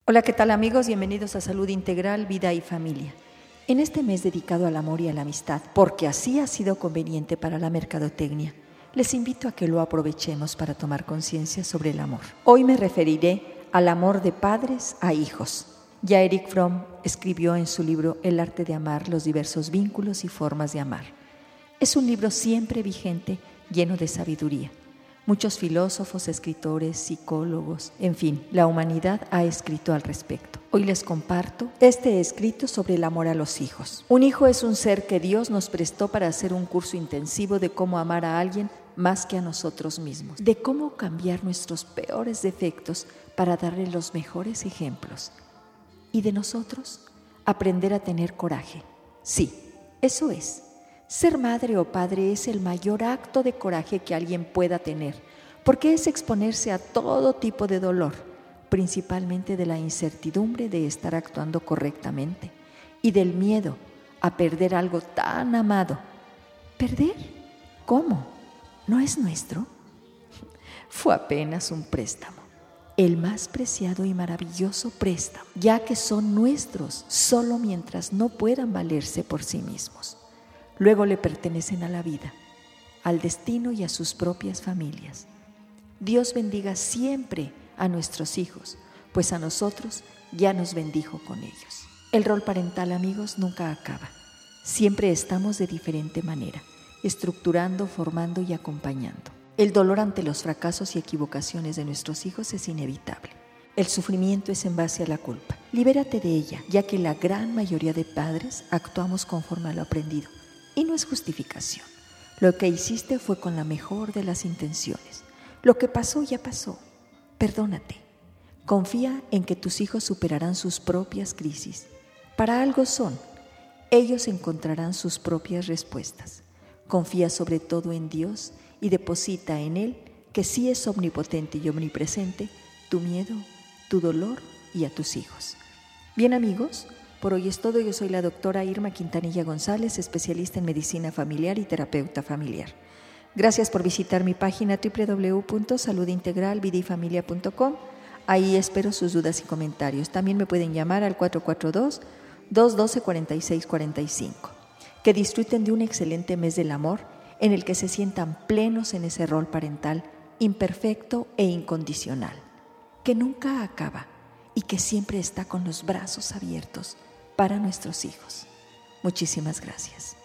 Hola, ¿qué tal amigos? Bienvenidos a Salud Integral, Vida y Familia. En este mes dedicado al amor y a la amistad, porque así ha sido conveniente para la mercadotecnia, les invito a que lo aprovechemos para tomar conciencia sobre el amor. Hoy me referiré al amor de padres a hijos. Ya Erich Fromm escribió en su libro El arte de amar los diversos vínculos y formas de amar. Es un libro siempre vigente, lleno de sabiduría. Muchos filósofos, escritores, psicólogos, en fin, la humanidad ha escrito al respecto. Hoy les comparto este escrito sobre el amor a los hijos. Un hijo es un ser que Dios nos prestó para hacer un curso intensivo de cómo amar a alguien más que a nosotros mismos, de cómo cambiar nuestros peores defectos para darle los mejores ejemplos. Y de nosotros, aprender a tener coraje. Sí, eso es. Ser madre o padre es el mayor acto de coraje que alguien pueda tener, porque es exponerse a todo tipo de dolor, principalmente de la incertidumbre de estar actuando correctamente y del miedo a perder algo tan amado. ¿Perder? ¿Cómo? ¿No es nuestro? Fue apenas un préstamo, el más preciado y maravilloso préstamo, ya que son nuestros solo mientras no puedan valerse por sí mismos. Luego le pertenecen a la vida, al destino y a sus propias familias. Dios bendiga siempre a nuestros hijos, pues a nosotros ya nos bendijo con ellos. El rol parental, amigos, nunca acaba. Siempre estamos de diferente manera, estructurando, formando y acompañando. El dolor ante los fracasos y equivocaciones de nuestros hijos es inevitable. El sufrimiento es en base a la culpa. Libérate de ella, ya que la gran mayoría de padres actuamos conforme a lo aprendido. Y no es justificación. Lo que hiciste fue con la mejor de las intenciones. Lo que pasó ya pasó. Perdónate. Confía en que tus hijos superarán sus propias crisis. Para algo son. Ellos encontrarán sus propias respuestas. Confía sobre todo en Dios y deposita en Él, que sí es omnipotente y omnipresente, tu miedo, tu dolor y a tus hijos. Bien, amigos, por hoy es todo. Yo soy la doctora Irma Quintanilla González, especialista en medicina familiar y terapeuta familiar. Gracias por visitar mi página www.saludintegralvidifamilia.com. Ahí espero sus dudas y comentarios. También me pueden llamar al 442-212-4645. Que disfruten de un excelente mes del amor en el que se sientan plenos en ese rol parental imperfecto e incondicional, que nunca acaba y que siempre está con los brazos abiertos para nuestros hijos. Muchísimas gracias.